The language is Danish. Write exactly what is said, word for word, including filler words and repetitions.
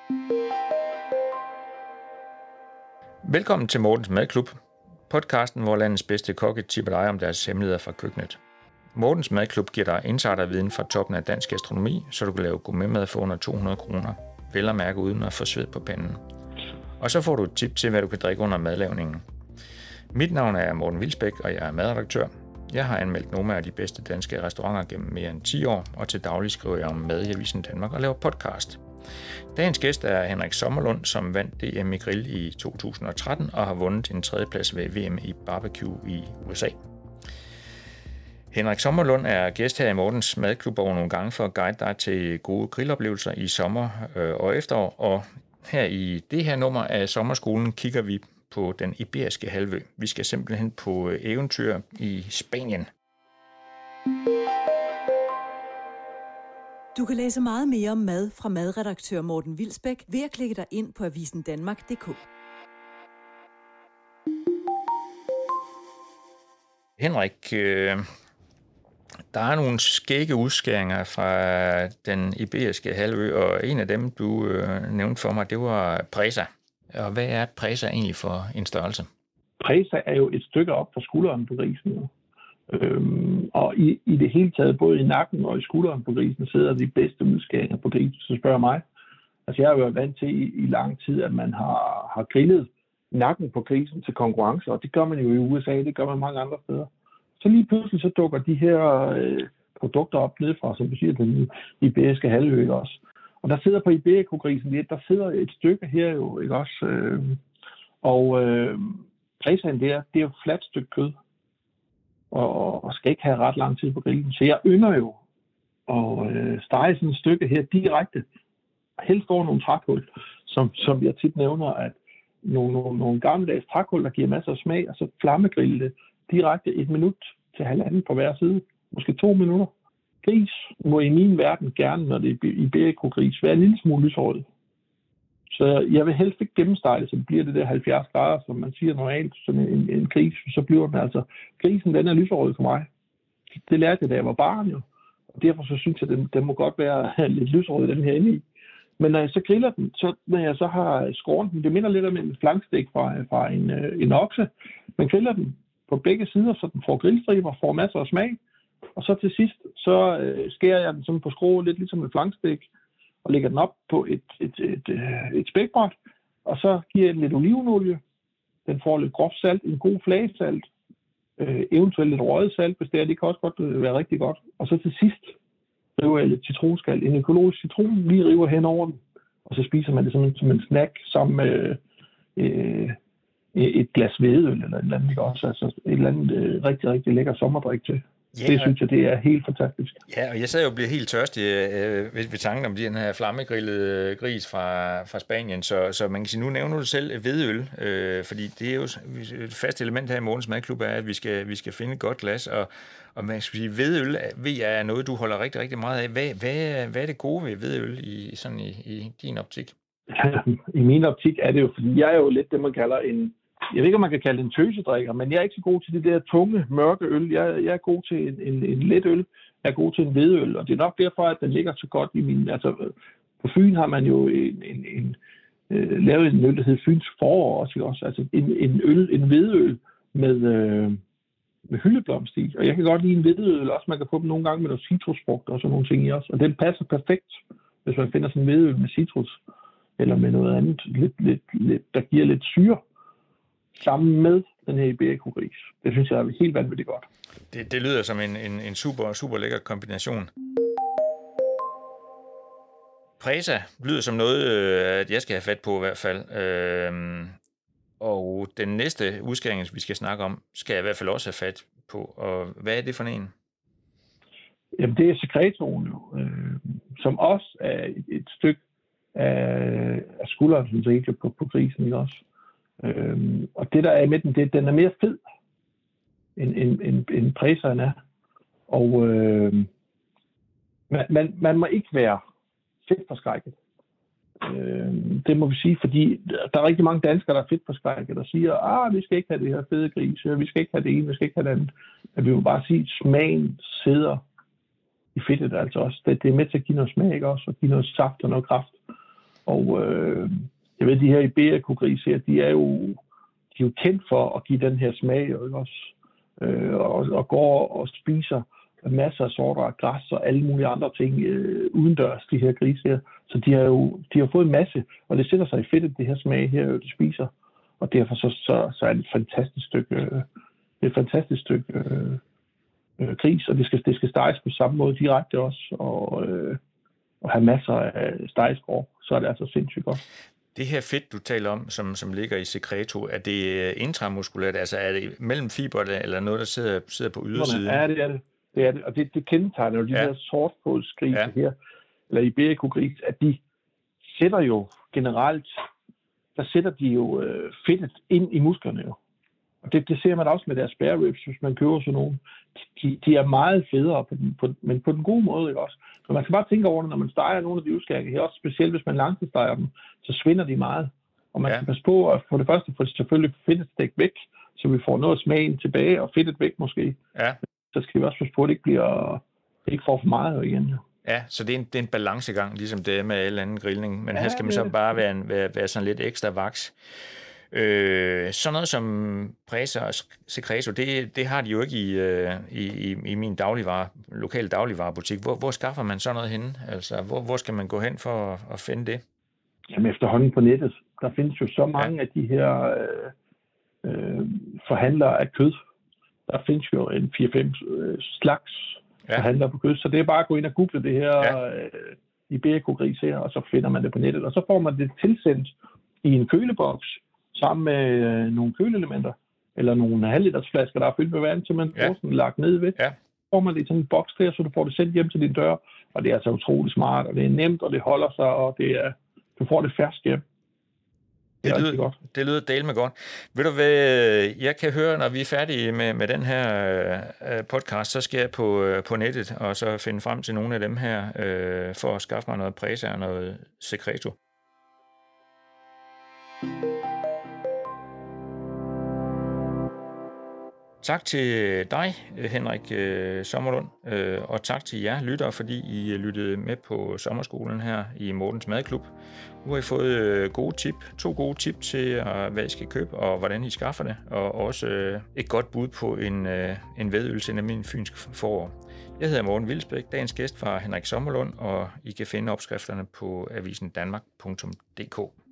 Velkommen til Mortens Madklub, podcasten, hvor landets bedste kokke tipper dig om deres hemmeligheder fra køkkenet. Mortens Madklub giver dig insiderviden fra toppen af dansk gastronomi, så du kan lave gourmetmad for under to hundrede kroner, vel at mærke uden at få sved på panden. Og så får du et tip til, hvad du kan drikke under madlavningen. Mit navn er Morten Wilsbæk, og jeg er madredaktør. Jeg har anmeldt nogle af de bedste danske restauranter gennem mere end ti år, og til daglig skriver jeg om mad i Avisen Danmark og laver podcast. Dagens gæst er Henrik Sommerlund, som vandt D M i grill i to tusind og tretten og har vundet en tredjeplads ved V M i barbecue i U S A. Henrik Sommerlund er gæst her i Mortens Madklub over nogle gange for at guide dig til gode grilloplevelser i sommer og efterår. Og her i det her nummer af sommerskolen kigger vi på den iberiske halvø. Vi skal simpelthen på eventyr i Spanien. Du kan læse meget mere om mad fra madredaktør Morten Wilsbæk ved at klikke dig ind på avisen danmark punktum d k. Henrik, øh, der er nogle skægge udskæringer fra den iberiske halvø, og en af dem, du øh, nævnte for mig, det var Presa. Og hvad er Presa egentlig for en størrelse? Presa er jo et stykke op fra skulderen på grisen. Øhm, og i, i det hele taget, både i nakken og i skulderen på grisen, sidder de bedste udskæringer på grisen, så spørger mig. Altså jeg har jo været vant til i, i lang tid, at man har, har grillet nakken på grisen til konkurrence, og det gør man jo i U S A, det gør man mange andre steder. Så lige pludselig så dukker de her øh, produkter op nedefra, som du siger, den iberiske halvø også. Og der sidder på Iberico-grisen, der sidder et stykke her jo, ikke også? Øh, og øh, Presaen der, det er jo et fladt stykke kød, og, og skal ikke have ret lang tid på grillen. Så jeg ynder jo at øh, stege sådan et stykke her direkte, helst over nogle trækul, som, som jeg tit nævner, at nogle, nogle, nogle gammeldags trækul, der giver masser af smag, og så flammegrille det direkte et minut til halvanden på hver side, måske to minutter. Gris må i min verden gerne, når det er Iberico-gris, være en lille smule lysrød. Så jeg vil helst ikke gennemstege, så det bliver det der halvfjerds grader, som man siger normalt, som en, en gris. Så bliver den altså, grisen den er lysrød for mig. Det lærte jeg, da jeg var barn jo. Og derfor så synes jeg, at den, den må godt være lidt lysrød, den her inde i. Men når jeg så griller den, så når jeg så har skåret den, det minder lidt om en flankstek fra, fra en, en okse. Man griller den på begge sider, så den får grillstriber, får masser af smag. Og så til sidst, så øh, skærer jeg den sådan på skrå, lidt ligesom en flankstek, og lægger den op på et, et, et, et, et spækbræt, og så giver jeg den lidt olivenolie. Den får lidt groft salt, en god flagesalt, øh, eventuelt lidt røget salt, hvis det er, det kan også godt være rigtig godt. Og så til sidst river jeg lidt citronskal, en økologisk citron, lige river hen over den, og så spiser man det som en, som en snack sammen med øh, et glas hvedøl eller et eller andet, ikke også? Altså et eller andet øh, rigtig, rigtig lækker sommerdrik til. Yeah. Det synes jeg, det er helt fantastisk. Ja, og jeg sad jo og blev helt tørstig øh, ved, ved tanken om den her flammegrillede gris fra, fra Spanien, så, så man kan sige, nu nævner du selv hvedøl, øh, fordi det er jo et fast element her i Mortens Madklub, er, at vi skal, vi skal finde et godt glas, og, og man skal sige, hvedøl ved jeg er noget, du holder rigtig, rigtig meget af. Hvad, hvad, hvad er det gode ved hvedøl i, sådan i, i din optik? I min optik er det jo, fordi jeg er jo lidt det, man kalder en Jeg ved ikke, om man kan kalde det en tøsedrikker, men jeg er ikke så god til de der tunge, mørke øl. Jeg, jeg er god til en, en, en let øl. Jeg er god til en hvedøl, og det er nok derfor, at den ligger så godt i min... Altså, på Fyn har man jo en, en, en, øh, lavet en øl, der hedder Fyns Forår også. også. Altså en, en øl, en hvedøl med, øh, med hyldeblomst i. Og jeg kan godt lide en hvedøl også. Man kan få dem nogle gange med noget citrusfrugt og sådan nogle ting i også. Og den passer perfekt, hvis man finder sådan en hvedøl med citrus, eller med noget andet, lidt, lidt, lidt, der giver lidt syre, sammen med den her Iberico-gris. Det synes jeg er helt vanvittigt godt. Det, det lyder som en, en, en super, super lækker kombination. Presa lyder som noget, at jeg skal have fat på i hvert fald. Øhm, og den næste udskæring, vi skal snakke om, skal jeg i hvert fald også have fat på. Og hvad er det for en? Jamen, det er secretoen jo, øh, som også er et, et stykke af, af skulderen, som så på, på grisen, ikke også? Øhm, og det der er med den, det, den er mere fed end, end, end, end Presaen er. Og øh, man, man, man må ikke være fedtforskrækket. Øh, det må vi sige, fordi der er rigtig mange danskere, der er fedtforskrækket og siger, ah, vi skal ikke have det her fede gris, vi skal ikke have det ene, vi skal ikke have det andet. Men vi må bare sige, at smagen sidder i fedtet altså også. Det, det er med til at give noget smag, ikke også? Og give noget saft og noget kraft. Og øh, jeg ved, de her Iberico-grise, de er jo, de er jo kendt for at give den her smag, ikke også? Øh, og, og går og spiser masser af sorter af græs og alle mulige andre ting øh, udendørs, de her grise her. Så de har jo de har fået en masse, og det sætter sig i fedtet, det her smag her, de spiser. Og derfor så, så, så er det et fantastisk stykke, øh, et fantastisk stykke øh, øh, gris, og det skal, det skal steges på samme måde direkte også, og, øh, og have masser af stegeskrog, så er det altså sindssygt godt. Det her fedt, du taler om, som, som ligger i secreto, er det intramuskulært, altså er det mellem fiberne, eller noget, der sidder, sidder på ydersiden? Ja, det er det. Det er det, og det, det kendetegner jo de ja. her sortfodsgrise ja. her, eller Iberico-gris, at de sætter jo generelt, der sætter de jo øh, fedtet ind i musklerne jo. Og det, det ser man også med deres spare ribs, hvis man køber sådan nogle. De, de er meget federe, på den, på, men på den gode måde, ikke også? Men man skal bare tænke over det, når man steger nogle af de udskæringer her, også specielt hvis man langtidssteger dem, så svinder de meget. Og man ja. skal passe på at for det første få selvfølgelig fedtet stegt væk, så vi får noget af smagen tilbage, og fedtet væk måske. Ja. Så skal vi også passe på, at det ikke bliver ikke får for meget igen. Jo. Ja, så det er, en, det er en balancegang, ligesom det er med alle anden grillning. Men ja, her skal man så det. bare være, en, være, være sådan lidt ekstra vaks. Øh, sådan noget som Presa og Secreto, det, det har de jo ikke i, i, i min dagligvare, lokale dagligvarebutik. Hvor, hvor skaffer man sådan noget henne? Altså, hvor, hvor skal man gå hen for at, at finde det? Jamen efterhånden på nettet. Der findes jo så mange ja. af de her øh, øh, forhandlere af kød. Der findes jo en fire fem øh, slags ja. forhandlere på kød. Så det er bare at gå ind og google det her ja. øh, Iberico-gris her, og så finder man det på nettet. Og så får man det tilsendt i en køleboks, sammen med øh, nogle køleelementer, eller nogle halvliters flasker, der er fyldt med vand, til man får sådan lagt ned ved. Ja. Så får man det i sådan en boks der, så du får det sendt hjem til din dør, og det er altså utrolig smart, og det er nemt, og det holder sig, og det er, du får det fersk hjem. Det, det, lyder, godt. det lyder delme godt. Ved du hvad, jeg kan høre, når vi er færdige med, med den her øh, podcast, så skal jeg på, øh, på nettet, og så finde frem til nogle af dem her, øh, for at skaffe mig noget Presa og noget Secreto. Tak til dig, Henrik Sommerlund, og tak til jer lyttere, fordi I lyttede med på sommerskolen her i Mortens Madklub. Nu har I fået gode tip, to gode tip til, hvad I skal købe og hvordan I skaffer det, og også et godt bud på en, en vædøvelse af min fynsk forår. Jeg hedder Morten Wilsbæk, dagens gæst var Henrik Sommerlund, og I kan finde opskrifterne på avisen danmark punktum d k.